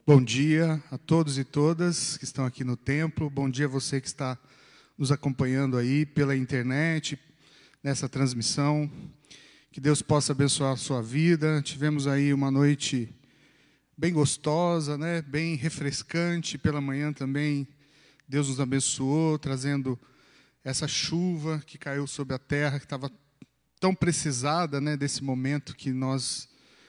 Bom dia a todos e todas que estão aqui no templo. Bom dia a você que está nos acompanhando aí pela internet, nessa transmissão. Que Deus possa abençoar a sua vida. Tivemos aí uma noite bem gostosa, né? Bem refrescante. Pela manhã também Deus nos abençoou, trazendo essa chuva que caiu sobre a terra, que estava tão precisada, né? Desse momento que nós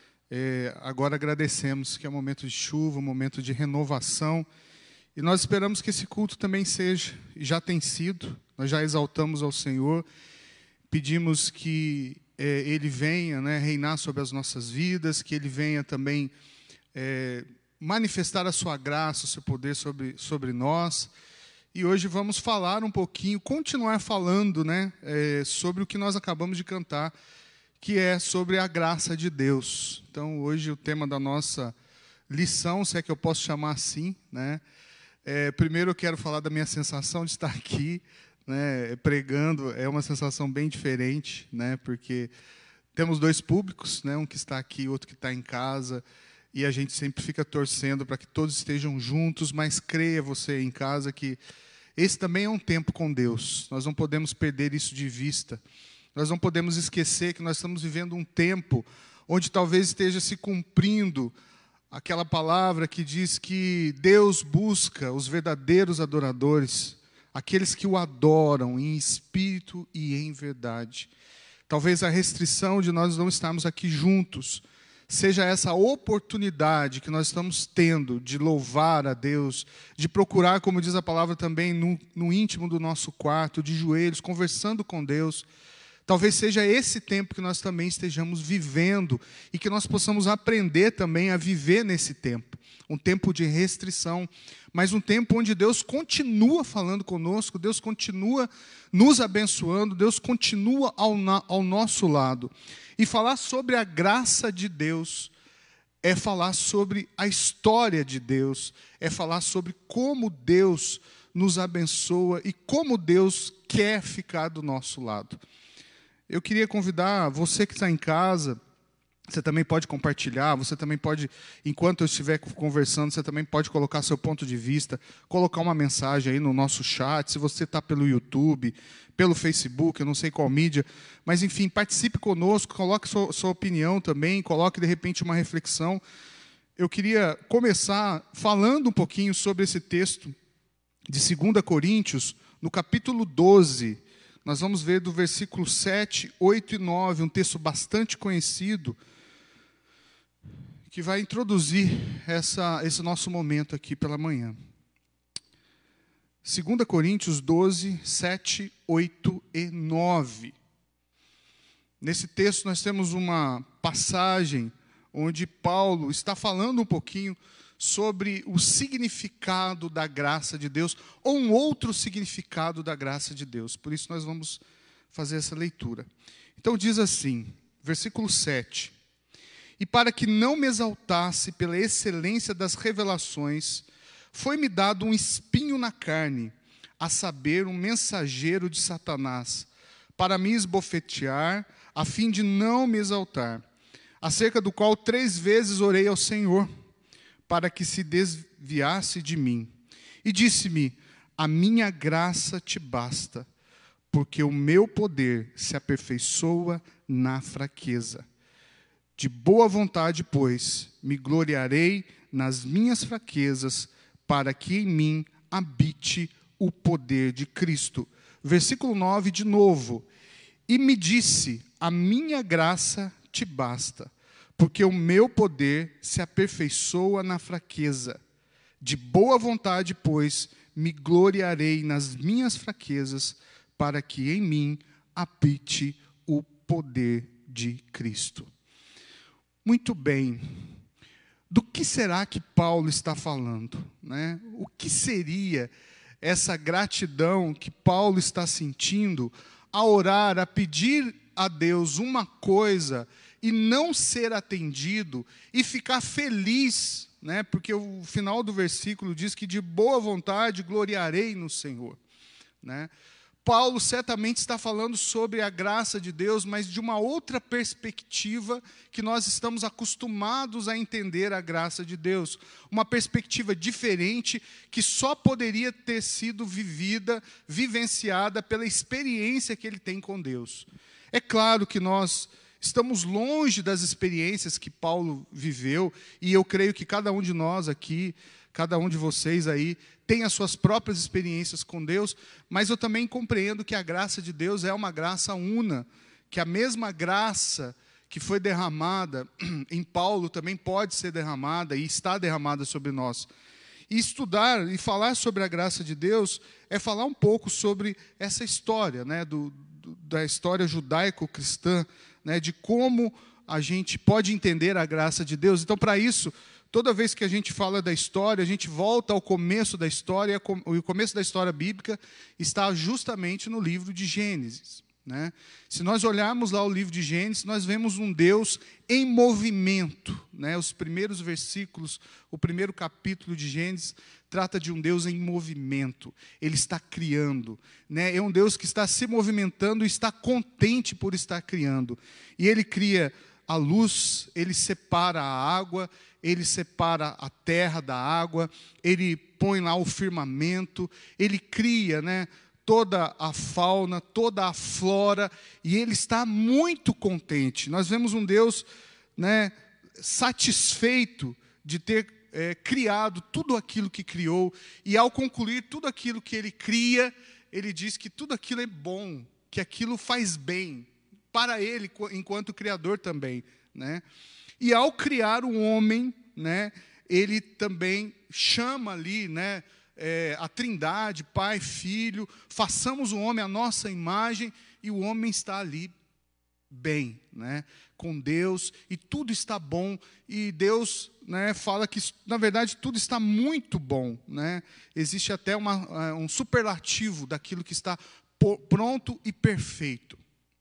agora agradecemos, que é um momento de chuva, um momento de renovação. E nós esperamos que esse culto também seja, e já tem sido. Nós já exaltamos ao Senhor, pedimos que Ele venha, né, reinar sobre as nossas vidas, que Ele venha também manifestar a sua graça, o seu poder sobre nós. E hoje vamos falar um pouquinho, continuar falando, né, sobre o que nós acabamos de cantar, que é sobre a graça de Deus. Então, hoje o tema da nossa lição, se é que eu posso chamar assim, né? Primeiro eu quero falar da minha sensação de estar aqui, né, pregando. É uma sensação bem diferente, né, porque temos dois públicos, né, um que está aqui, outro que está em casa, e a gente sempre fica torcendo para que todos estejam juntos, mas creia você em casa que esse também é um tempo com Deus. Nós não podemos perder isso de vista. Nós não podemos esquecer que nós estamos vivendo um tempo onde talvez esteja se cumprindo aquela palavra que diz que Deus busca os verdadeiros adoradores, aqueles que o adoram em espírito e em verdade. Talvez a restrição de nós não estarmos aqui juntos seja essa oportunidade que nós estamos tendo de louvar a Deus, de procurar, como diz a palavra também, no íntimo do nosso quarto, de joelhos, conversando com Deus. Talvez seja esse tempo que nós também estejamos vivendo e que nós possamos aprender também a viver nesse tempo. Um tempo de restrição, mas um tempo onde Deus continua falando conosco, Deus continua nos abençoando, Deus continua ao nosso lado. E falar sobre a graça de Deus é falar sobre a história de Deus, é falar sobre como Deus nos abençoa e como Deus quer ficar do nosso lado. Eu queria convidar você que está em casa, você também pode compartilhar, você também pode, enquanto eu estiver conversando, você também pode colocar seu ponto de vista, colocar uma mensagem aí no nosso chat, se você está pelo YouTube, pelo Facebook, eu não sei qual mídia, mas enfim, participe conosco, coloque sua opinião também, coloque de repente uma reflexão. Eu queria começar falando um pouquinho sobre esse texto de 2 Coríntios, no capítulo 12, nós vamos ver do versículo 7, 8 e 9, um texto bastante conhecido, que vai introduzir esse nosso momento aqui pela manhã. 2 Coríntios 12, 7, 8 e 9. Nesse texto nós temos uma passagem onde Paulo está falando um pouquinho sobre o significado da graça de Deus, ou um outro significado da graça de Deus. Por isso nós vamos fazer essa leitura. Então diz assim, versículo 7. E para que não me exaltasse pela excelência das revelações, foi-me dado um espinho na carne, a saber, um mensageiro de Satanás, para me esbofetear, a fim de não me exaltar, acerca do qual 3 vezes orei ao Senhor, para que se desviasse de mim. E disse-me, a minha graça te basta, porque o meu poder se aperfeiçoa na fraqueza. De boa vontade, pois, me gloriarei nas minhas fraquezas, para que em mim habite o poder de Cristo. Versículo 9 de novo. E me disse, a minha graça te basta, porque o meu poder se aperfeiçoa na fraqueza. De boa vontade, pois, me gloriarei nas minhas fraquezas, para que em mim habite o poder de Cristo. Muito bem. Do que será que Paulo está falando, né? O que seria essa gratidão que Paulo está sentindo a orar, a pedir a Deus uma coisa e não ser atendido e ficar feliz, né? Porque o final do versículo diz que de boa vontade gloriarei no Senhor, né? Paulo certamente está falando sobre a graça de Deus, mas de uma outra perspectiva que nós estamos acostumados a entender a graça de Deus. Uma perspectiva diferente que só poderia ter sido vivida, vivenciada pela experiência que ele tem com Deus. É claro que nós estamos longe das experiências que Paulo viveu, e eu creio que cada um de nós aqui, cada um de vocês aí, tem as suas próprias experiências com Deus, mas eu também compreendo que a graça de Deus é uma graça una, que a mesma graça que foi derramada em Paulo também pode ser derramada e está derramada sobre nós. E estudar e falar sobre a graça de Deus é falar um pouco sobre essa história, né, da história judaico-cristã, né, de como a gente pode entender a graça de Deus. Então, para isso, toda vez que a gente fala da história, a gente volta ao começo da história, e o começo da história bíblica está justamente no livro de Gênesis, né? Se nós olharmos lá o livro de Gênesis, nós vemos um Deus em movimento, né? Os primeiros versículos, o primeiro capítulo de Gênesis, trata de um Deus em movimento. Ele está criando, né? É um Deus que está se movimentando e está contente por estar criando. E Ele cria a luz, Ele separa a água, Ele separa a terra da água, Ele põe lá o firmamento, Ele cria, né, toda a fauna, toda a flora, e Ele está muito contente. Nós vemos um Deus, né, satisfeito de ter criado tudo aquilo que criou, e ao concluir tudo aquilo que Ele cria, Ele diz que tudo aquilo é bom, que aquilo faz bem para Ele, enquanto Criador também, né? E ao criar o homem, né, Ele também chama ali, né, a Trindade, Pai, Filho, façamos o homem à nossa imagem, e o homem está ali bem, né, com Deus, e tudo está bom, e Deus, né, fala que, na verdade, tudo está muito bom, né? Existe até um superlativo daquilo que está pronto e perfeito.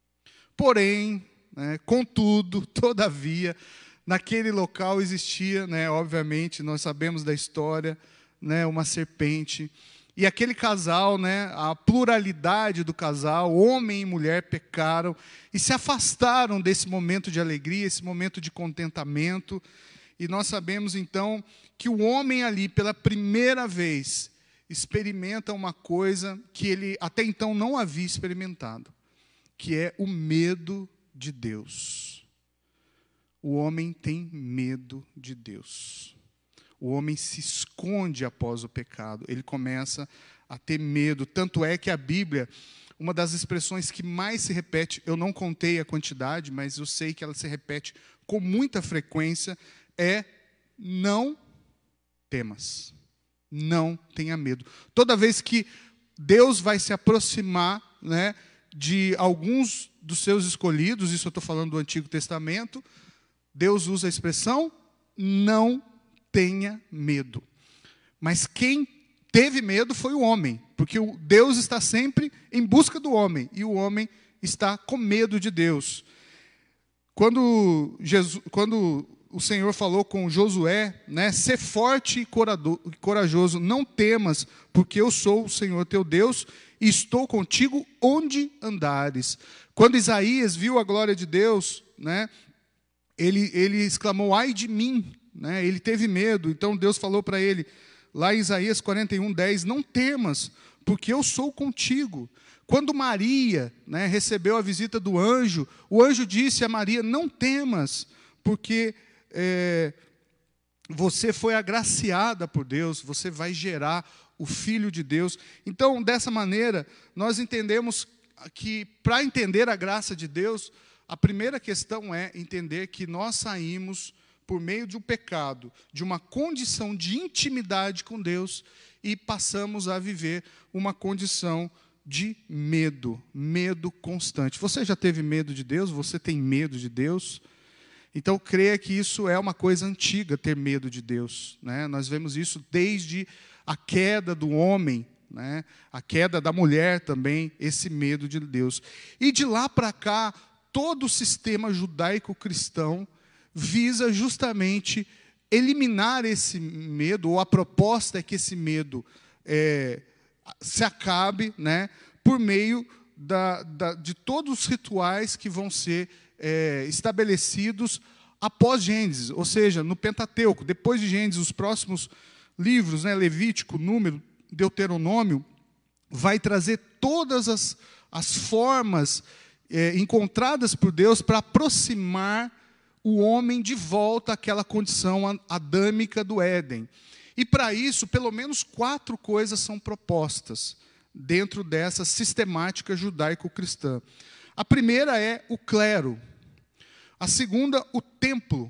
Porém, né, contudo, todavia, naquele local existia, né, obviamente, nós sabemos da história, né, uma serpente. E aquele casal, né, a pluralidade do casal, homem e mulher, pecaram e se afastaram desse momento de alegria, esse momento de contentamento. E nós sabemos, então, que o homem ali, pela primeira vez, experimenta uma coisa que ele até então não havia experimentado, que é o medo de Deus. O homem tem medo de Deus. O homem se esconde após o pecado. Ele começa a ter medo. Tanto é que a Bíblia, uma das expressões que mais se repete, eu não contei a quantidade, mas eu sei que ela se repete com muita frequência, é: não temas. Não tenha medo. Toda vez que Deus vai se aproximar, né, de alguns dos seus escolhidos, isso eu estou falando do Antigo Testamento, Deus usa a expressão: não tenha medo. Mas quem teve medo foi o homem, porque Deus está sempre em busca do homem, e o homem está com medo de Deus. Quando o Senhor falou com Josué, né, ser forte e corajoso, não temas, porque eu sou o Senhor teu Deus, e estou contigo onde andares. Quando Isaías viu a glória de Deus, né, ele exclamou: ai de mim, né, ele teve medo. Então Deus falou para ele, lá em Isaías 41:10, não temas, porque eu sou contigo. Quando Maria, né, recebeu a visita do anjo, o anjo disse a Maria: não temas, porque você foi agraciada por Deus, você vai gerar o Filho de Deus. Então, dessa maneira, nós entendemos que, para entender a graça de Deus, a primeira questão é entender que nós saímos, por meio de um pecado, de uma condição de intimidade com Deus, e passamos a viver uma condição de medo constante. Você já teve medo de Deus? Você tem medo de Deus? Então, creia que isso é uma coisa antiga, ter medo de Deus, né? Nós vemos isso desde a queda do homem, né? A queda da mulher também, esse medo de Deus. E de lá para cá, todo o sistema judaico-cristão visa justamente eliminar esse medo, ou a proposta é que esse medo se acabe, né, por meio de todos os rituais que vão ser estabelecidos após Gênesis, ou seja, no Pentateuco. Depois de Gênesis, os próximos livros, né, Levítico, Número, Deuteronômio, vai trazer todas as formas encontradas por Deus para aproximar o homem de volta àquela condição adâmica do Éden. E para isso, pelo menos 4 coisas são propostas dentro dessa sistemática judaico-cristã. A primeira é o clero. A segunda, o templo.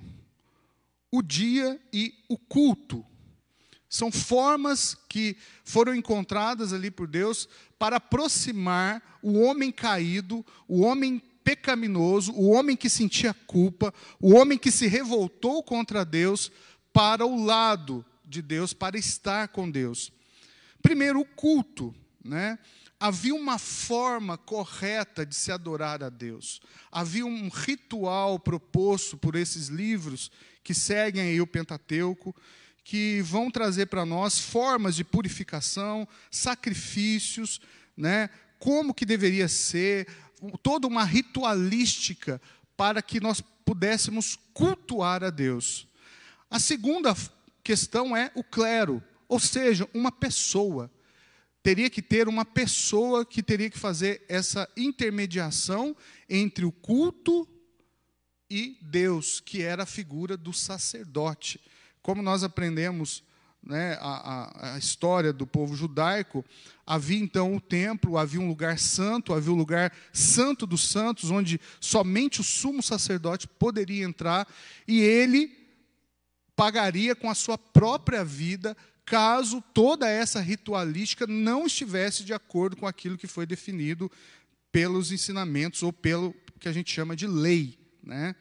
O dia e o culto. São formas que foram encontradas ali por Deus para aproximar o homem caído, o homem pecaminoso, o homem que sentia culpa, o homem que se revoltou contra Deus, para o lado de Deus, para estar com Deus. Primeiro, o culto, né? Havia uma forma correta de se adorar a Deus. Havia um ritual proposto por esses livros que seguem aí o Pentateuco, que vão trazer para nós formas de purificação, sacrifícios, né? Como que deveria ser, toda uma ritualística para que nós pudéssemos cultuar a Deus. A segunda questão é o clero, ou seja, uma pessoa. Teria que ter uma pessoa que teria que fazer essa intermediação entre o culto e Deus, que era a figura do sacerdote. Como nós aprendemos, né, a história do povo judaico, havia então o templo, havia um lugar santo, havia o lugar santo dos santos, onde somente o sumo sacerdote poderia entrar, e ele pagaria com a sua própria vida, caso toda essa ritualística não estivesse de acordo com aquilo que foi definido pelos ensinamentos, ou pelo que a gente chama de lei, né?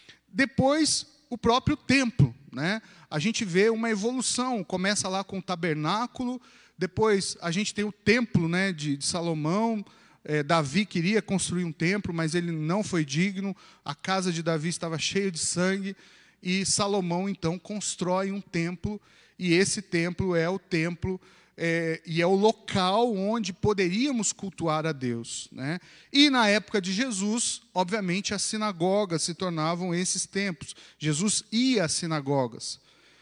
Depois, o próprio templo, né? A gente vê uma evolução, começa lá com o tabernáculo, depois a gente tem o templo, né, de Salomão. Davi queria construir um templo, mas ele não foi digno, a casa de Davi estava cheia de sangue, e Salomão então constrói um templo, e esse templo é o templo, e é o local onde poderíamos cultuar a Deus, né? E na época de Jesus, obviamente, as sinagogas se tornavam esses templos. Jesus ia às sinagogas.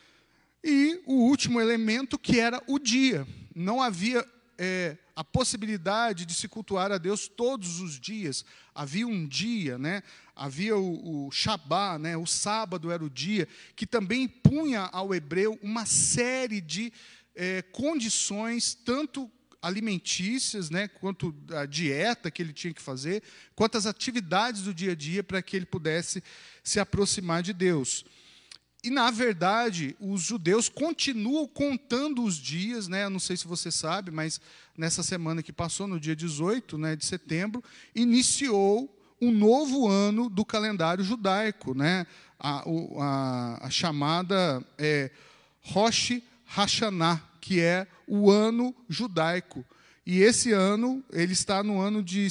E o último elemento, que era o dia. Não havia a possibilidade de se cultuar a Deus todos os dias. Havia um dia, né? Havia o Shabá, né? O sábado era o dia, que também impunha ao hebreu uma série de condições, tanto alimentícias, né, quanto a dieta que ele tinha que fazer, quanto as atividades do dia a dia para que ele pudesse se aproximar de Deus. E, na verdade, os judeus continuam contando os dias, né? Eu não sei se você sabe, mas nessa semana que passou, no dia 18, né, de setembro, iniciou um novo ano do calendário judaico, né? A chamada Rosh Hashanah, que é o ano judaico. E esse ano, ele está no ano de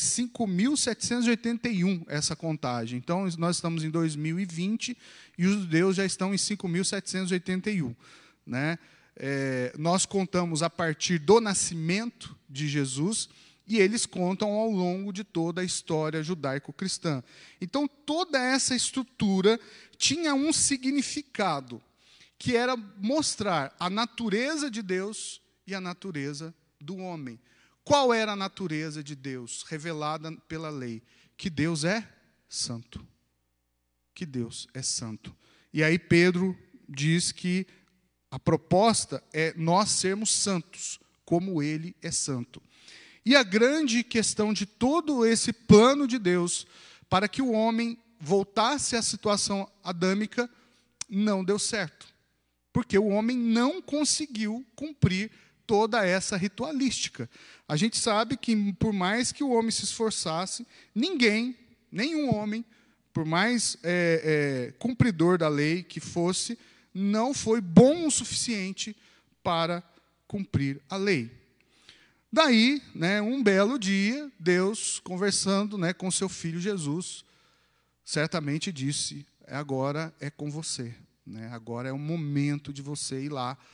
5.781, essa contagem. Então, nós estamos em 2020 e os judeus já estão em 5.781. Né? Nós contamos a partir do nascimento de Jesus e eles contam ao longo de toda a história judaico-cristã. Então, toda essa estrutura tinha um significado, que era mostrar a natureza de Deus e a natureza do homem. Qual era a natureza de Deus revelada pela lei? Que Deus é santo. Que Deus é santo. E aí Pedro diz que a proposta é nós sermos santos, como Ele é santo. E a grande questão de todo esse plano de Deus, para que o homem voltasse à situação adâmica, não deu certo. Porque o homem não conseguiu cumprir toda essa ritualística. A gente sabe que, por mais que o homem se esforçasse, nenhum homem, por mais cumpridor da lei que fosse, não foi bom o suficiente para cumprir a lei. Daí, né, um belo dia, Deus, conversando, né, com seu filho Jesus, certamente disse: agora é com você. Né? Agora é o momento de você ir lá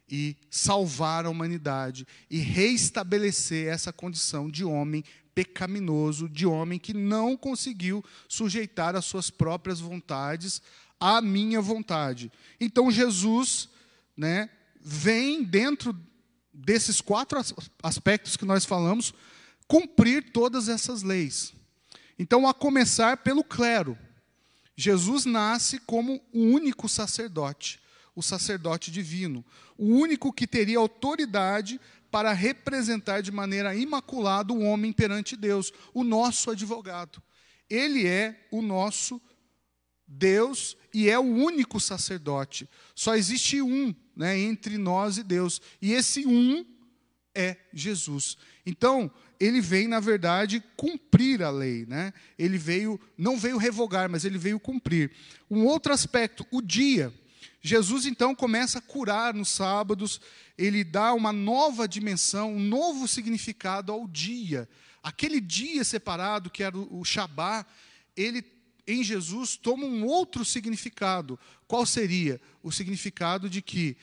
e salvar a humanidade e reestabelecer essa condição de homem pecaminoso, de homem que não conseguiu sujeitar as suas próprias vontades à minha vontade. Então Jesus, né, vem dentro desses 4 aspectos que nós falamos, cumprir todas essas leis. Então, a começar pelo clero. Jesus nasce como o único sacerdote, o sacerdote divino, o único que teria autoridade para representar de maneira imaculada o homem perante Deus, o nosso advogado. Ele é o nosso Deus e é o único sacerdote. Só existe um, né, entre nós e Deus, e esse um é Jesus. Então, ele vem, na verdade, cumprir a lei, né? Ele não veio revogar, mas ele veio cumprir. Um outro aspecto, o dia. Jesus, então, começa a curar nos sábados, ele dá uma nova dimensão, um novo significado ao dia. Aquele dia separado, que era o Shabá, ele, em Jesus, toma um outro significado. Qual seria? O significado de que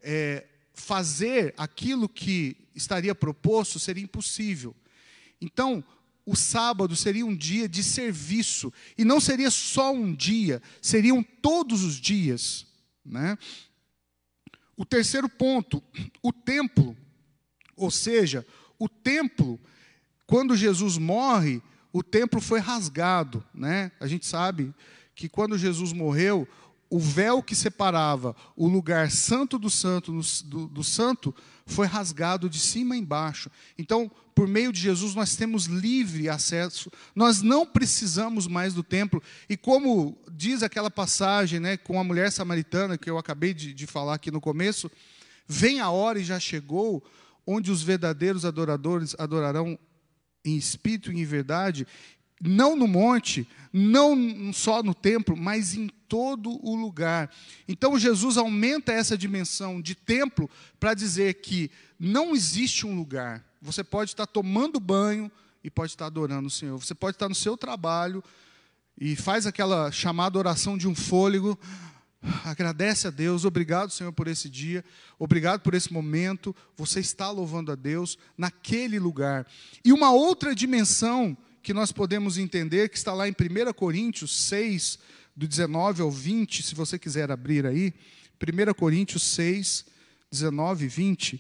fazer aquilo que estaria proposto seria impossível. Então, o sábado seria um dia de serviço, e não seria só um dia, seriam todos os dias, né? O terceiro ponto, o templo, ou seja, o templo, quando Jesus morre, o templo foi rasgado, né? A gente sabe que quando Jesus morreu, o véu que separava o lugar santo do santo do santo foi rasgado de cima a embaixo. Então, por meio de Jesus, nós temos livre acesso, nós não precisamos mais do templo. E como diz aquela passagem, né, com a mulher samaritana, que eu acabei de falar aqui no começo, vem a hora e já chegou, onde os verdadeiros adoradores adorarão em espírito e em verdade, não no monte, não só no templo, mas em todo o lugar. Então Jesus aumenta essa dimensão de templo para dizer que não existe um lugar. Você pode estar tomando banho e pode estar adorando o Senhor. Você pode estar no seu trabalho e faz aquela chamada oração de um fôlego. Agradece a Deus, obrigado, Senhor, por esse dia, obrigado por esse momento. Você está louvando a Deus naquele lugar. E uma outra dimensão que nós podemos entender, que está lá em 1 Coríntios 6, do 19 ao 20, se você quiser abrir aí, 1 Coríntios 6, 19 e 20,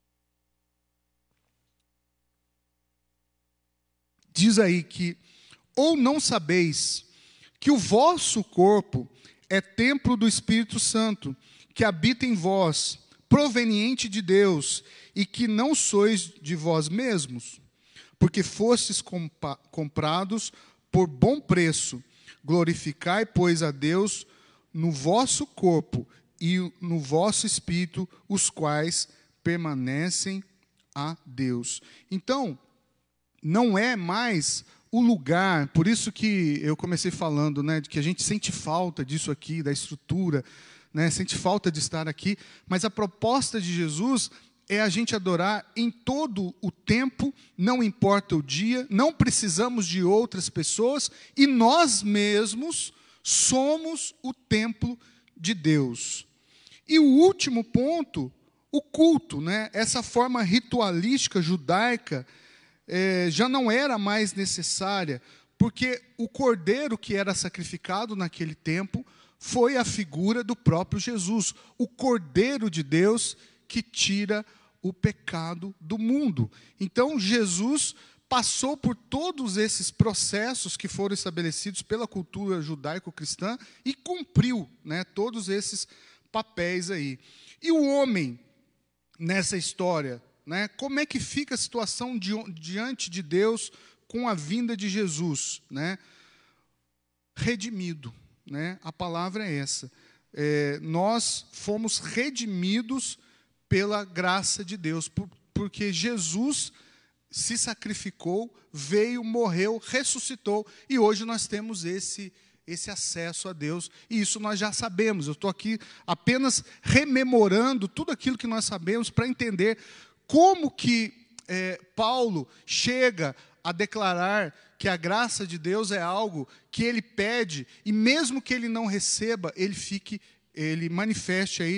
diz aí que, ou não sabeis que o vosso corpo é templo do Espírito Santo, que habita em vós, proveniente de Deus, e que não sois de vós mesmos, porque fostes comprados por bom preço. Glorificai, pois, a Deus no vosso corpo e no vosso espírito, os quais permanecem a Deus. Então, não é mais o lugar, por isso que eu comecei falando, né, de que a gente sente falta disso aqui, da estrutura, né, sente falta de estar aqui, mas a proposta de Jesus é a gente adorar em todo o tempo, não importa o dia, não precisamos de outras pessoas, e nós mesmos somos o templo de Deus. E o último ponto, o culto, né? Essa forma ritualística judaica já não era mais necessária, porque o cordeiro que era sacrificado naquele tempo foi a figura do próprio Jesus, o Cordeiro de Deus que tira o pecado do mundo. Então, Jesus passou por todos esses processos que foram estabelecidos pela cultura judaico-cristã e cumpriu, né, todos esses papéis aí. E o homem, nessa história, né, como é que fica a situação diante de Deus com a vinda de Jesus? Né? Redimido. Né? A palavra é essa. Nós fomos redimidos pela graça de Deus, porque Jesus se sacrificou, veio, morreu, ressuscitou, e hoje nós temos esse acesso a Deus, e isso nós já sabemos. Eu estou aqui apenas rememorando tudo aquilo que nós sabemos para entender como que Paulo chega a declarar que a graça de Deus é algo que ele pede, e mesmo que ele não receba, ele manifeste aí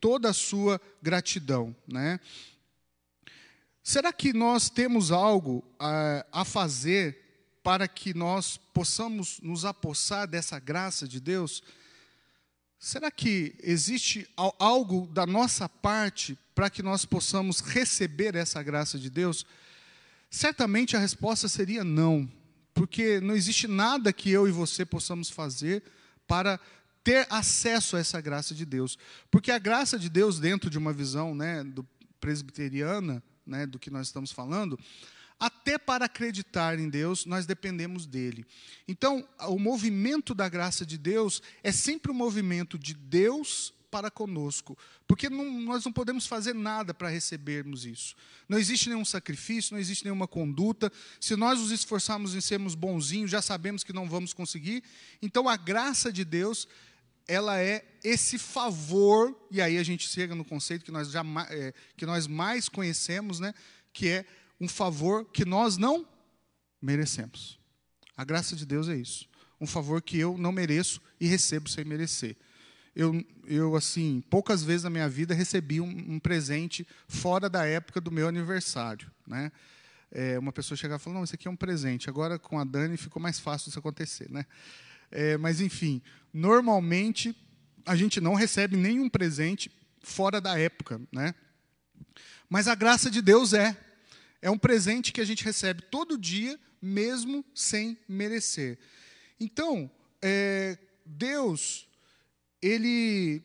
toda a sua gratidão, né? Será que nós temos algo a fazer para que nós possamos nos apossar dessa graça de Deus? Será que existe algo da nossa parte para que nós possamos receber essa graça de Deus? Certamente a resposta seria não, porque não existe nada que eu e você possamos fazer para ter acesso a essa graça de Deus. Porque a graça de Deus, dentro de uma visão, né, presbiteriana, né, do que nós estamos falando, até para acreditar em Deus, nós dependemos dele. Então, o movimento da graça de Deus é sempre um movimento de Deus para conosco, porque nós não podemos fazer nada para recebermos isso. Não existe nenhum sacrifício, não existe nenhuma conduta. Se nós nos esforçarmos em sermos bonzinhos, já sabemos que não vamos conseguir. Então, a graça de Deus, ela é esse favor, e aí a gente chega no conceito que nós mais conhecemos, né, que é um favor que nós não merecemos. A graça de Deus é isso. Um favor que eu não mereço e recebo sem merecer. Eu assim, poucas vezes na minha vida recebi um presente fora da época do meu aniversário, né? Uma pessoa chegava e falou, não, isso aqui é um presente. Agora, com a Dani, ficou mais fácil isso acontecer, né? Mas, enfim, normalmente, a gente não recebe nenhum presente fora da época, né? Mas a graça de Deus é um presente que a gente recebe todo dia, mesmo sem merecer. Então, Deus, Ele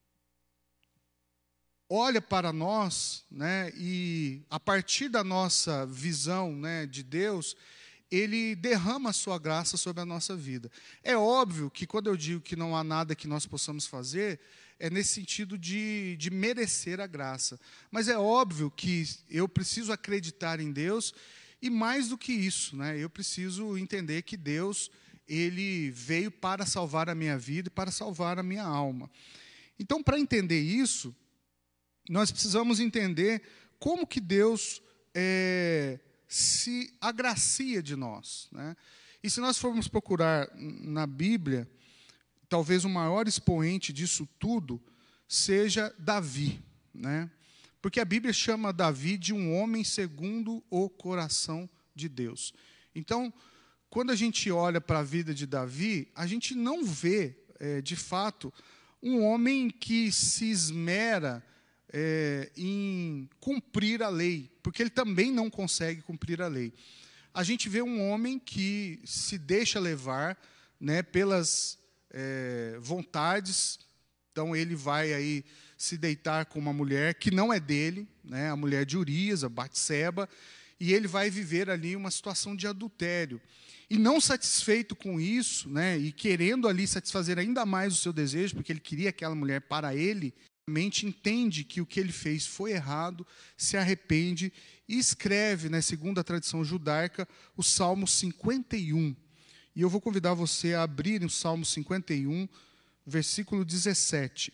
olha para nós, né, e a partir da nossa visão, né, de Deus, Ele derrama a sua graça sobre a nossa vida. É óbvio que quando eu digo que não há nada que nós possamos fazer, é nesse sentido de merecer a graça. Mas é óbvio que eu preciso acreditar em Deus, e mais do que isso, né, eu preciso entender que Deus, Ele veio para salvar a minha vida e para salvar a minha alma. Então, para entender isso, nós precisamos entender como que Deus se agracia de nós, né? E se nós formos procurar na Bíblia, talvez o maior expoente disso tudo seja Davi, né? Porque a Bíblia chama Davi de um homem segundo o coração de Deus. Então, quando a gente olha para a vida de Davi, a gente não vê, de fato, um homem que se esmera em cumprir a lei, porque ele também não consegue cumprir a lei. A gente vê um homem que se deixa levar, né, pelas vontades. Então ele vai aí se deitar com uma mulher que não é dele, né, a mulher de Urias, a Batseba, e ele vai viver ali uma situação de adultério. E não satisfeito com isso, né, e querendo ali satisfazer ainda mais o seu desejo, porque ele queria aquela mulher para ele, mente entende que o que ele fez foi errado, se arrepende e escreve, né, segundo a tradição judaica, o Salmo 51. E eu vou convidar você a abrir o Salmo 51, versículo 17.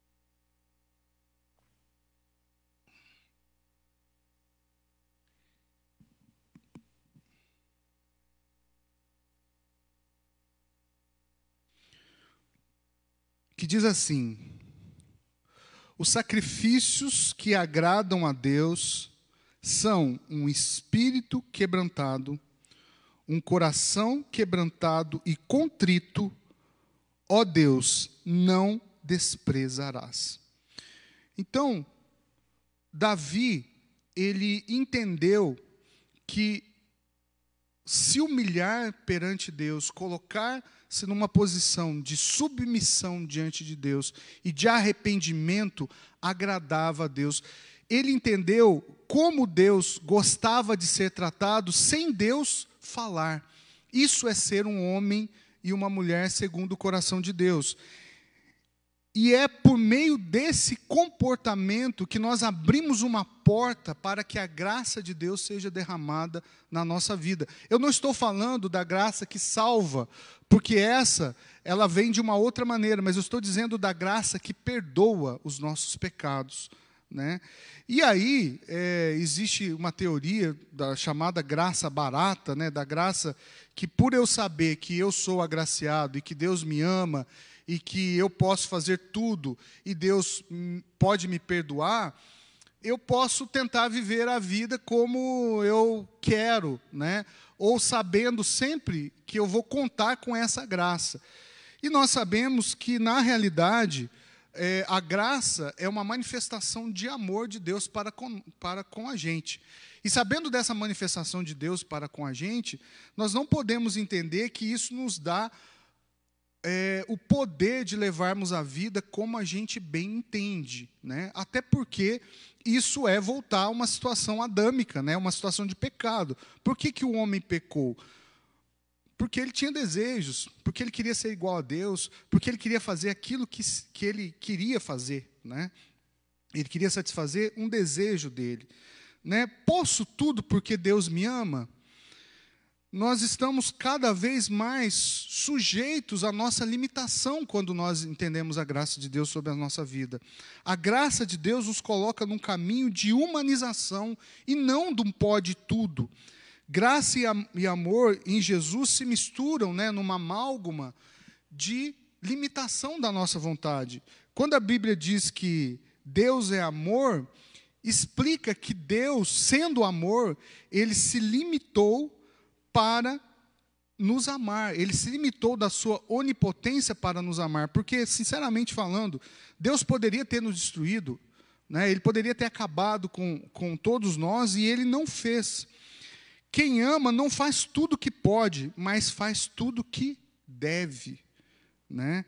Que diz assim: os sacrifícios que agradam a Deus são um espírito quebrantado, um coração quebrantado e contrito, ó Deus, não desprezarás. Então, Davi, ele entendeu que se humilhar perante Deus, colocar-se numa posição de submissão diante de Deus e de arrependimento, agradava a Deus. Ele entendeu como Deus gostava de ser tratado sem Deus falar. Isso é ser um homem e uma mulher segundo o coração de Deus. E é por meio desse comportamento que nós abrimos uma porta para que a graça de Deus seja derramada na nossa vida. Eu não estou falando da graça que salva, porque ela vem de uma outra maneira, mas eu estou dizendo da graça que perdoa os nossos pecados, né? E aí existe uma teoria da chamada graça barata, né? Da graça que, por eu saber que eu sou agraciado e que Deus me ama e que eu posso fazer tudo e Deus pode me perdoar, eu posso tentar viver a vida como eu quero, né? Ou sabendo sempre que eu vou contar com essa graça. E nós sabemos que, na realidade, a graça é uma manifestação de amor de Deus para com a gente. E sabendo dessa manifestação de Deus para com a gente, nós não podemos entender que isso nos dá o poder de levarmos a vida como a gente bem entende, né? Até porque isso é voltar a uma situação adâmica, né? Uma situação de pecado. Por que o homem pecou? Porque ele tinha desejos, porque ele queria ser igual a Deus, porque ele queria fazer aquilo que ele queria fazer, né? Ele queria satisfazer um desejo dele, né? Posso tudo porque Deus me ama? Nós estamos cada vez mais sujeitos à nossa limitação quando nós entendemos a graça de Deus sobre a nossa vida. A graça de Deus nos coloca num caminho de humanização e não de um pode tudo. Graça e amor em Jesus se misturam, né, numa amálgama de limitação da nossa vontade. Quando a Bíblia diz que Deus é amor, explica que Deus, sendo amor, ele se limitou para nos amar. Ele se limitou da sua onipotência para nos amar. Porque, sinceramente falando, Deus poderia ter nos destruído, né? Ele poderia ter acabado com todos nós, e Ele não fez. Quem ama não faz tudo o que pode, mas faz tudo o que deve, né?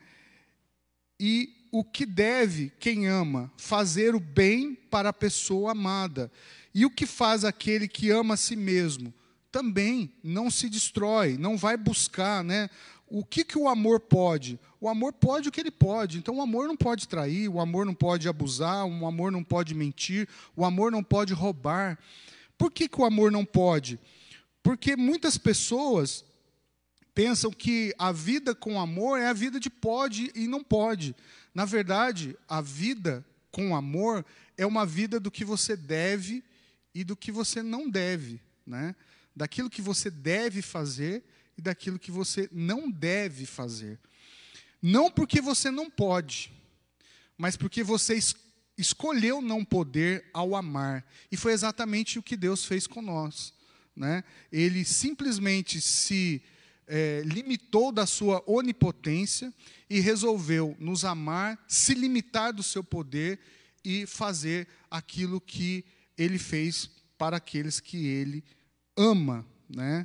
E o que deve, quem ama? Fazer o bem para a pessoa amada. E o que faz aquele que ama a si mesmo? Também não se destrói, não vai buscar, né? O que o amor pode? O amor pode o que ele pode. Então, o amor não pode trair, o amor não pode abusar, o amor não pode mentir, o amor não pode roubar. Por que o amor não pode? Porque muitas pessoas pensam que a vida com amor é a vida de pode e não pode. Na verdade, a vida com amor é uma vida do que você deve e do que você não deve, né? Daquilo que você deve fazer e daquilo que você não deve fazer. Não porque você não pode, mas porque você escolheu não poder ao amar. E foi exatamente o que Deus fez com nós, né? Ele simplesmente se limitou da sua onipotência e resolveu nos amar, se limitar do seu poder e fazer aquilo que Ele fez para aqueles que Ele ama, né?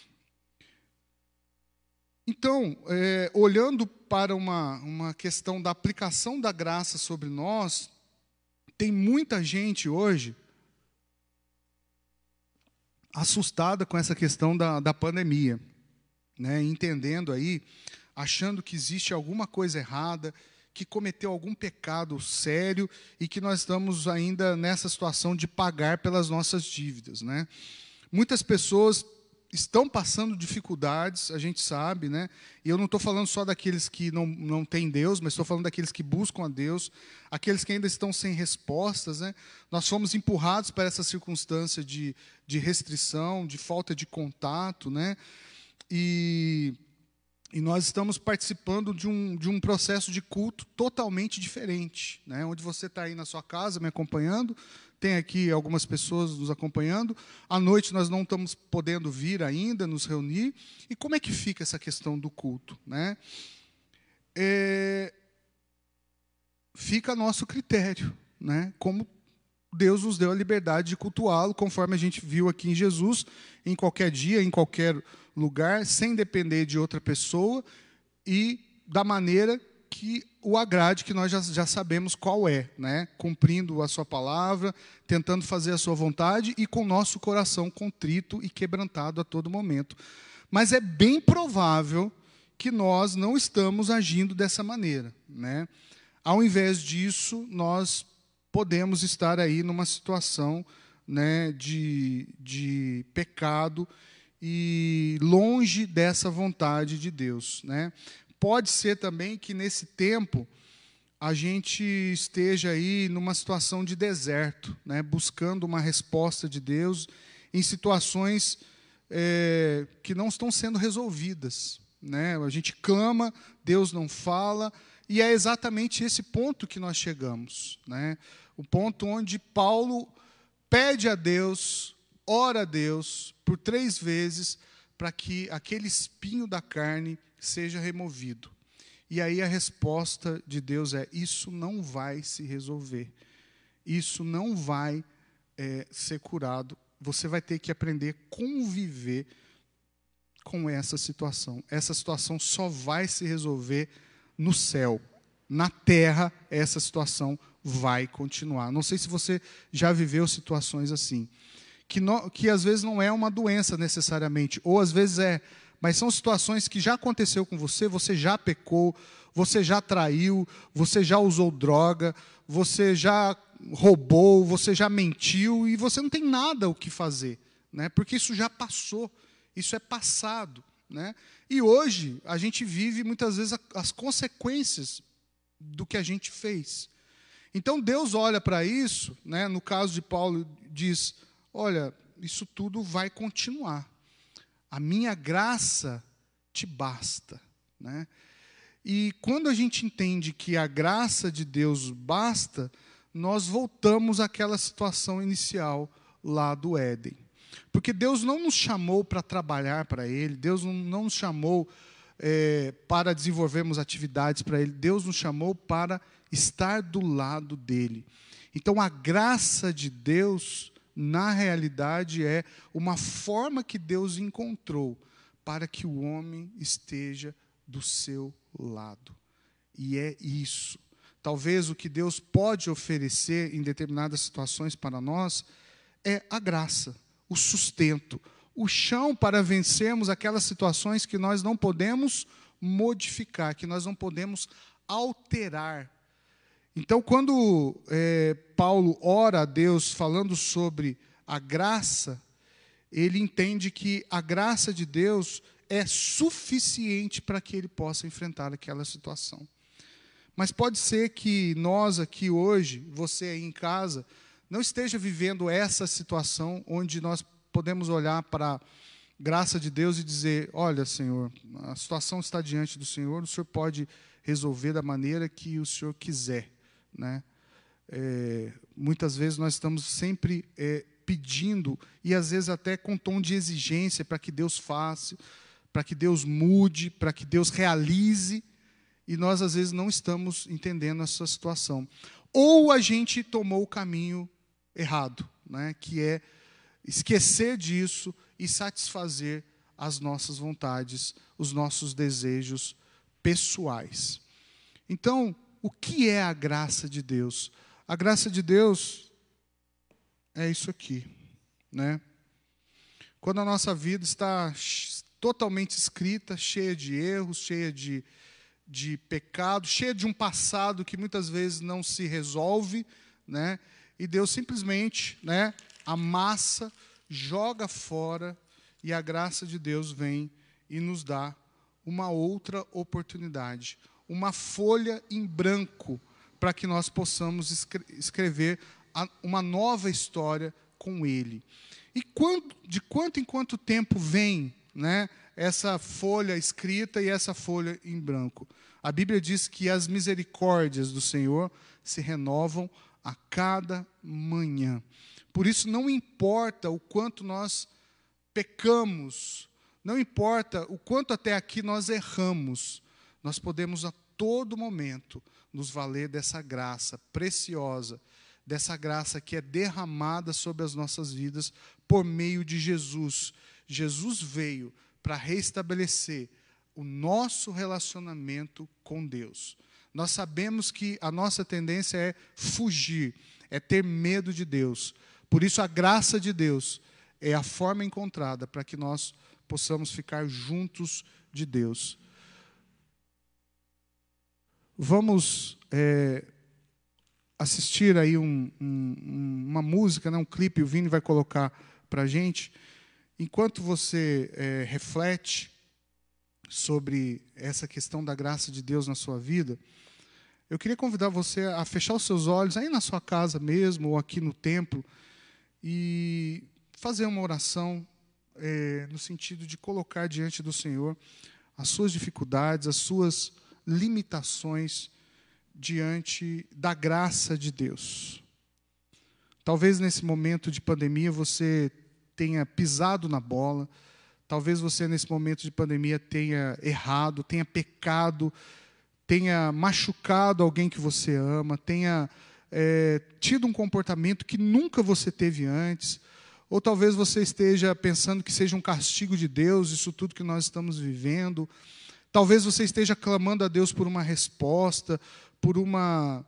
Então, olhando para uma questão da aplicação da graça sobre nós, tem muita gente hoje assustada com essa questão da pandemia, né? Entendendo aí, achando que existe alguma coisa errada, que cometeu algum pecado sério e que nós estamos ainda nessa situação de pagar pelas nossas dívidas, né? Muitas pessoas estão passando dificuldades, a gente sabe, né? E eu não estou falando só daqueles que não têm Deus, mas estou falando daqueles que buscam a Deus, aqueles que ainda estão sem respostas, né? Nós fomos empurrados para essa circunstância de restrição, de falta de contato, né? E nós estamos participando de um processo de culto totalmente diferente, né? Onde você está aí na sua casa me acompanhando, tem aqui algumas pessoas nos acompanhando. À noite nós não estamos podendo vir ainda, nos reunir. E como é que fica essa questão do culto, né? Fica a nosso critério, né? Como Deus nos deu a liberdade de cultuá-lo, conforme a gente viu aqui em Jesus, em qualquer dia, em qualquer lugar, sem depender de outra pessoa e da maneira que o agrade, que nós já sabemos qual é, né? Cumprindo a sua palavra, tentando fazer a sua vontade e com o nosso coração contrito e quebrantado a todo momento. Mas é bem provável que nós não estamos agindo dessa maneira, né? Ao invés disso, nós podemos estar aí numa situação, né, de pecado e longe dessa vontade de Deus, né? Pode ser também que nesse tempo a gente esteja aí numa situação de deserto, né, buscando uma resposta de Deus em situações que não estão sendo resolvidas, né? A gente clama, Deus não fala, e é exatamente esse ponto que nós chegamos, né? O ponto onde Paulo pede a Deus, ora a Deus por 3 vezes para que aquele espinho da carne seja removido. E aí a resposta de Deus é: isso não vai se resolver, isso não vai ser curado. Você vai ter que aprender a conviver com essa situação. Essa situação só vai se resolver no céu. Na terra, essa situação vai continuar. Não sei se você já viveu situações assim, que às vezes não é uma doença necessariamente, ou às vezes é, mas são situações que já aconteceu com você, você já pecou, você já traiu, você já usou droga, você já roubou, você já mentiu, e você não tem nada o que fazer, né? Porque isso já passou, isso é passado, né? E hoje a gente vive muitas vezes as consequências do que a gente fez. Então Deus olha para isso, né? No caso de Paulo, diz: olha, isso tudo vai continuar. A minha graça te basta, né? E quando a gente entende que a graça de Deus basta, nós voltamos àquela situação inicial lá do Éden. Porque Deus não nos chamou para trabalhar para Ele, Deus não nos chamou para desenvolvermos atividades para Ele, Deus nos chamou para estar do lado dEle. Então a graça de Deus, na realidade, é uma forma que Deus encontrou para que o homem esteja do seu lado. E é isso. Talvez o que Deus pode oferecer em determinadas situações para nós é a graça, o sustento, o chão para vencermos aquelas situações que nós não podemos modificar, que nós não podemos alterar. Então, quando Paulo ora a Deus falando sobre a graça, ele entende que a graça de Deus é suficiente para que ele possa enfrentar aquela situação. Mas pode ser que nós aqui hoje, você aí em casa, não esteja vivendo essa situação onde nós podemos olhar para a graça de Deus e dizer: olha, Senhor, a situação está diante do Senhor, o Senhor pode resolver da maneira que o Senhor quiser, né? Muitas vezes nós estamos sempre pedindo, e às vezes até com tom de exigência, para que Deus faça, para que Deus mude, para que Deus realize, e nós às vezes não estamos entendendo essa situação. Ou a gente tomou o caminho errado, né, que é esquecer disso e satisfazer as nossas vontades, os nossos desejos pessoais. Então, o que é a graça de Deus? A graça de Deus é isso aqui, né? Quando a nossa vida está totalmente escrita, cheia de erros, cheia de pecado, cheia de um passado que muitas vezes não se resolve, né? E Deus simplesmente, né, amassa, joga fora, e a graça de Deus vem e nos dá uma outra oportunidade, uma folha em branco, para que nós possamos escrever uma nova história com Ele. E de quanto em quanto tempo vem, né, essa folha escrita e essa folha em branco? A Bíblia diz que as misericórdias do Senhor se renovam a cada manhã. Por isso, não importa o quanto nós pecamos, não importa o quanto até aqui nós erramos, nós podemos a todo momento nos valer dessa graça preciosa, dessa graça que é derramada sobre as nossas vidas por meio de Jesus. Jesus veio para restabelecer o nosso relacionamento com Deus. Nós sabemos que a nossa tendência é fugir, é ter medo de Deus. Por isso, a graça de Deus é a forma encontrada para que nós possamos ficar juntos de Deus. Vamos assistir aí uma música, né, um clipe, o Vini vai colocar para a gente. Enquanto você reflete sobre essa questão da graça de Deus na sua vida, Eu queria convidar você a fechar os seus olhos, aí na sua casa mesmo, ou aqui no templo, e fazer uma oração no sentido de colocar diante do Senhor as suas dificuldades, as suas limitações diante da graça de Deus. Talvez nesse momento de pandemia você tenha pisado na bola, talvez você nesse momento de pandemia tenha errado, tenha pecado, tenha machucado alguém que você ama, tenha tido um comportamento que nunca você teve antes, ou talvez você esteja pensando que seja um castigo de Deus, isso tudo que nós estamos vivendo. Talvez você esteja clamando a Deus por uma resposta, por uma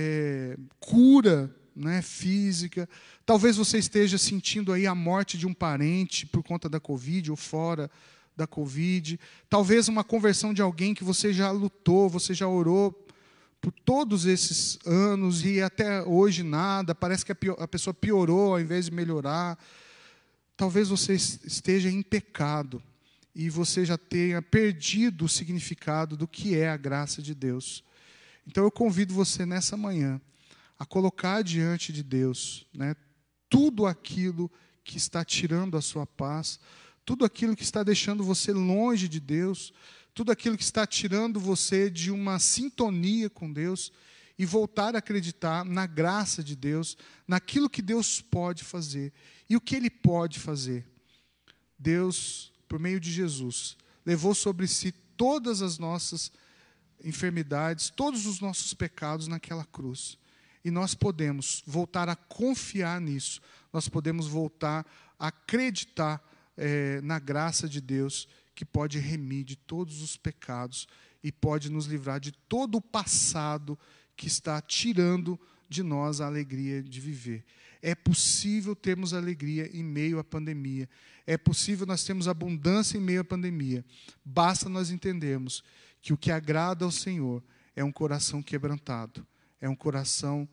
cura, né, física. Talvez você esteja sentindo aí a morte de um parente por conta da Covid ou fora da Covid. Talvez uma conversão de alguém que você já lutou, você já orou por todos esses anos e até hoje nada. Parece que a pessoa piorou ao invés de melhorar. Talvez você esteja em pecado e você já tenha perdido o significado do que é a graça de Deus. Então eu convido você nessa manhã a colocar diante de Deus, né, tudo aquilo que está tirando a sua paz, tudo aquilo que está deixando você longe de Deus, tudo aquilo que está tirando você de uma sintonia com Deus, e voltar a acreditar na graça de Deus, naquilo que Deus pode fazer. E o que Ele pode fazer? Deus, por meio de Jesus, levou sobre si todas as nossas enfermidades, todos os nossos pecados naquela cruz. E nós podemos voltar a confiar nisso, nós podemos voltar a acreditar na graça de Deus, que pode remir de todos os pecados e pode nos livrar de todo o passado que está tirando de nós a alegria de viver. É possível termos alegria em meio à pandemia. É possível nós termos abundância em meio à pandemia. Basta nós entendermos que o que agrada ao Senhor é um coração quebrantado, é um coração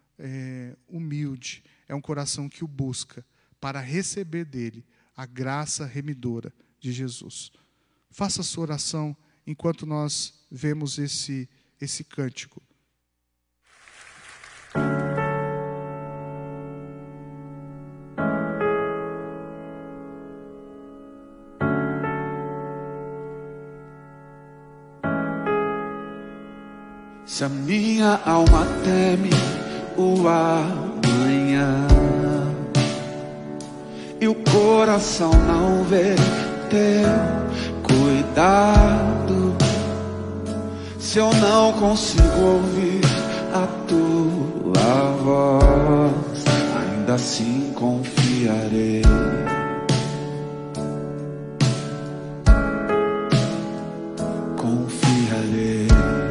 humilde, é um coração que o busca para receber dele a graça remidora de Jesus. Faça a sua oração enquanto nós vemos esse cântico. Se a minha alma teme o amanhã e o coração não vê teu cuidado, se eu não consigo ouvir a tua voz, ainda assim confiarei. Confiarei.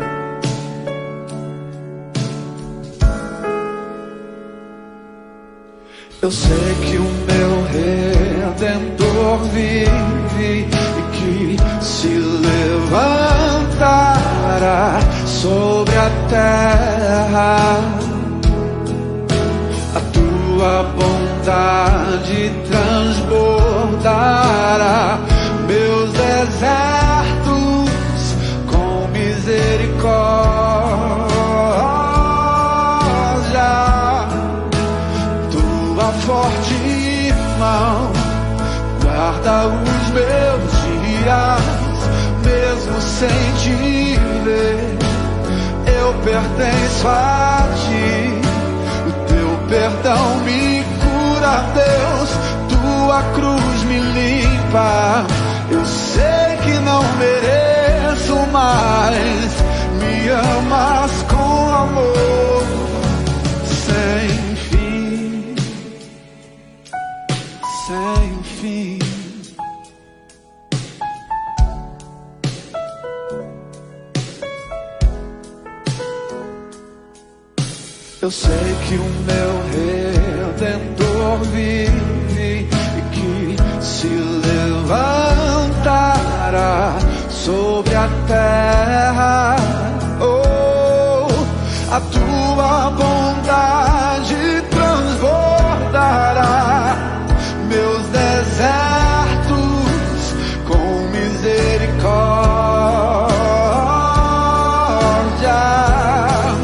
Eu sei que o meu Redentor vive e que se levantará sobre a terra. A tua bondade transbordará meus desertos com misericórdia. Forte mão guarda os meus dias, mesmo sem te ver, eu pertenço a ti. O teu perdão me cura, Deus, tua cruz me limpa. Eu sei que não mereço, mas me amas com amor sem fim. Sem fim. Eu sei que o meu Redentor vive e que se levantará sobre a terra. Oh, a tua bondade transbordará meus desertos com misericórdia.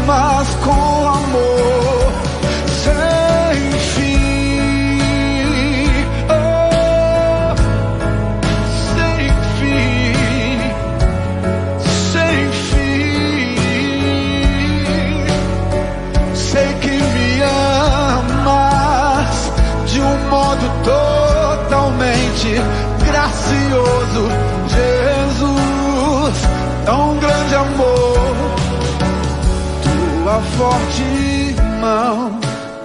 amas com amor sem fim, oh, sem fim, sem fim. Sei que me amas de um modo totalmente gracioso, Jesus, tão grande amor, tua forte mão,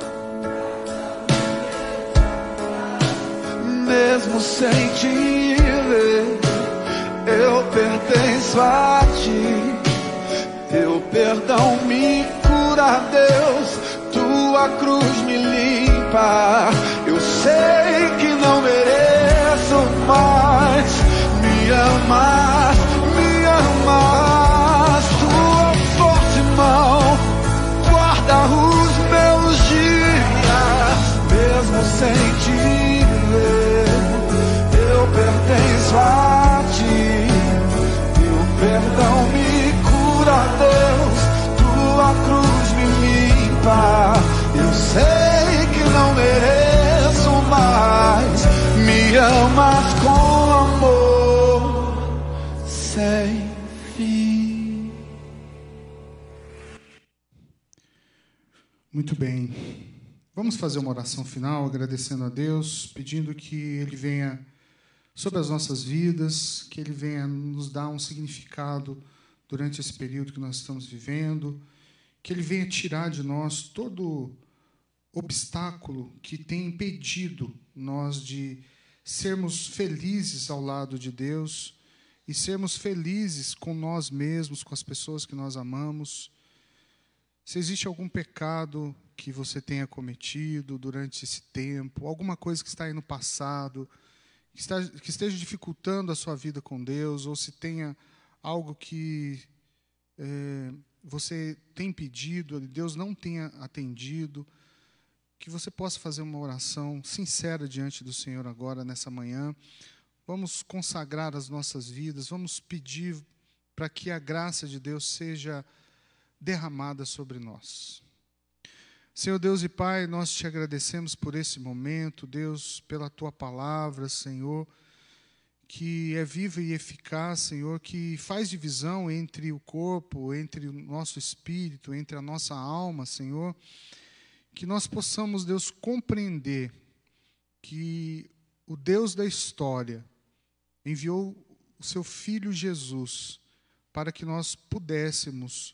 mesmo sem te ver, eu pertenço a ti, teu perdão me cura, Deus, tua cruz me limpa. Eu sei que não mereço, mas me amas, me amas. Tua forte mão guarda os meus dias, mesmo sem te ver, eu pertenço a ti, teu perdão me cura, Deus, tua cruz me limpa. Eu sei que não mereço, mas me amas com amor sem fim. Muito bem. Vamos fazer uma oração final, agradecendo a Deus, pedindo que Ele venha sobre as nossas vidas, que Ele venha nos dar um significado durante esse período que nós estamos vivendo, que Ele venha tirar de nós todo obstáculo que tem impedido nós de sermos felizes ao lado de Deus e sermos felizes com nós mesmos, com as pessoas que nós amamos. Se existe algum pecado que você tenha cometido durante esse tempo, alguma coisa que está aí no passado, que esteja dificultando a sua vida com Deus, ou se tenha algo que você tem pedido, Deus não tenha atendido, que você possa fazer uma oração sincera diante do Senhor agora, nessa manhã. Vamos consagrar as nossas vidas, vamos pedir para que a graça de Deus seja derramada sobre nós. Senhor Deus e Pai, nós te agradecemos por esse momento, Deus, pela Tua palavra, Senhor, que é viva e eficaz, Senhor, que faz divisão entre o corpo, entre o nosso espírito, entre a nossa alma, Senhor. Que nós possamos, Deus, compreender que o Deus da história enviou o seu Filho Jesus para que nós pudéssemos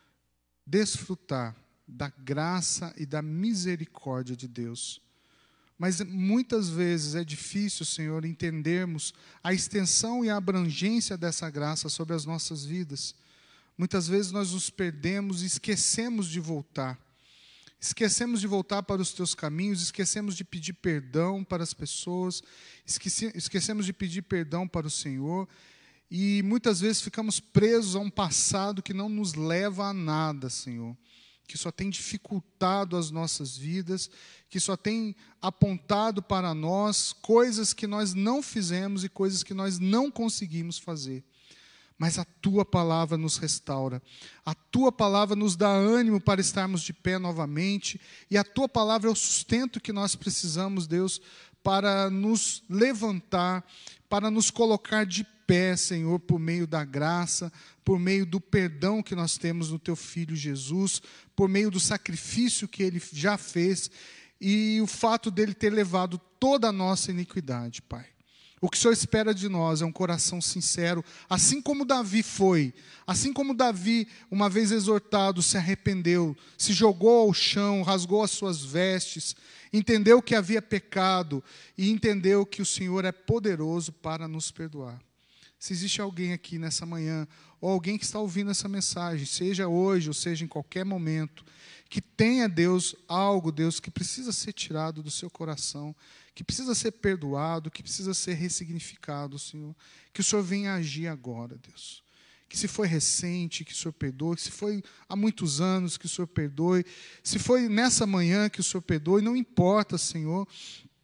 desfrutar da graça e da misericórdia de Deus. Mas muitas vezes é difícil, Senhor, entendermos a extensão e a abrangência dessa graça sobre as nossas vidas. Muitas vezes nós nos perdemos e esquecemos de voltar. Esquecemos de voltar para os teus caminhos, esquecemos de pedir perdão para as pessoas, esquecemos de pedir perdão para o Senhor, e muitas vezes ficamos presos a um passado que não nos leva a nada, Senhor, que só tem dificultado as nossas vidas, que só tem apontado para nós coisas que nós não fizemos e coisas que nós não conseguimos fazer. Mas a Tua palavra nos restaura, a Tua palavra nos dá ânimo para estarmos de pé novamente, e a Tua palavra é o sustento que nós precisamos, Deus, para nos levantar, para nos colocar de pé, Senhor, por meio da graça, por meio do perdão que nós temos no Teu Filho Jesus, por meio do sacrifício que Ele já fez, e o fato dEle ter levado toda a nossa iniquidade, Pai. O que o Senhor espera de nós é um coração sincero, assim como Davi foi, assim como Davi, uma vez exortado, se arrependeu, se jogou ao chão, rasgou as suas vestes, entendeu que havia pecado e entendeu que o Senhor é poderoso para nos perdoar. Se existe alguém aqui nessa manhã, ou alguém que está ouvindo essa mensagem, seja hoje ou seja em qualquer momento, que tenha, Deus, algo, Deus, que precisa ser tirado do seu coração, que precisa ser perdoado, que precisa ser ressignificado, Senhor. Que o Senhor venha agir agora, Deus. Que se foi recente, que o Senhor perdoe. Que se foi há muitos anos, que o Senhor perdoe. Se foi nessa manhã, que o Senhor perdoe. Não importa, Senhor.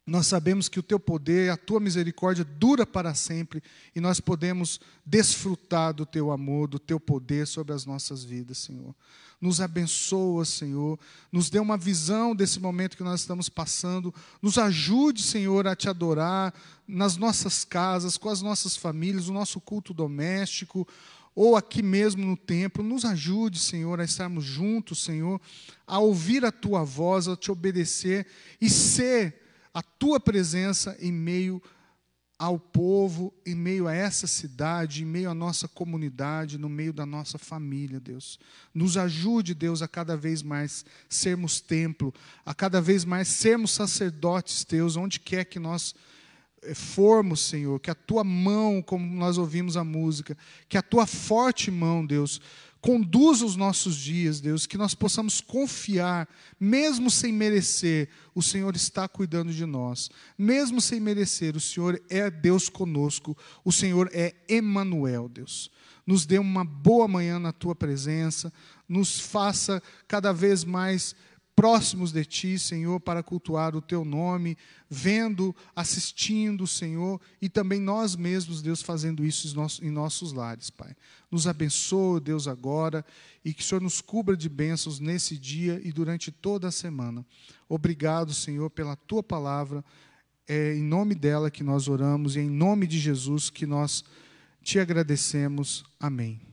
Nós sabemos que o Teu poder, a Tua misericórdia dura para sempre e nós podemos desfrutar do Teu amor, do Teu poder sobre as nossas vidas, Senhor. Nos abençoa, Senhor. Nos dê uma visão desse momento que nós estamos passando. Nos ajude, Senhor, a Te adorar nas nossas casas, com as nossas famílias, no nosso culto doméstico, ou aqui mesmo no templo. Nos ajude, Senhor, a estarmos juntos, Senhor, a ouvir a Tua voz, a Te obedecer e ser a Tua presença em meio ao povo, em meio a essa cidade, em meio à nossa comunidade, no meio da nossa família, Deus. Nos ajude, Deus, a cada vez mais sermos templo, a cada vez mais sermos sacerdotes Teus, onde quer que nós formos, Senhor, que a Tua mão, como nós ouvimos a música, que a Tua forte mão, Deus, conduza os nossos dias, Deus, que nós possamos confiar, mesmo sem merecer, o Senhor está cuidando de nós. Mesmo sem merecer, o Senhor é Deus conosco, o Senhor é Emanuel, Deus. Nos dê uma boa manhã na Tua presença, nos faça cada vez mais próximos de Ti, Senhor, para cultuar o Teu nome, vendo, assistindo, Senhor, e também nós mesmos, Deus, fazendo isso em nossos lares, Pai. Nos abençoa, Deus, agora, e que o Senhor nos cubra de bênçãos nesse dia e durante toda a semana. Obrigado, Senhor, pela Tua palavra, é em nome dela que nós oramos, e é em nome de Jesus que nós Te agradecemos. Amém.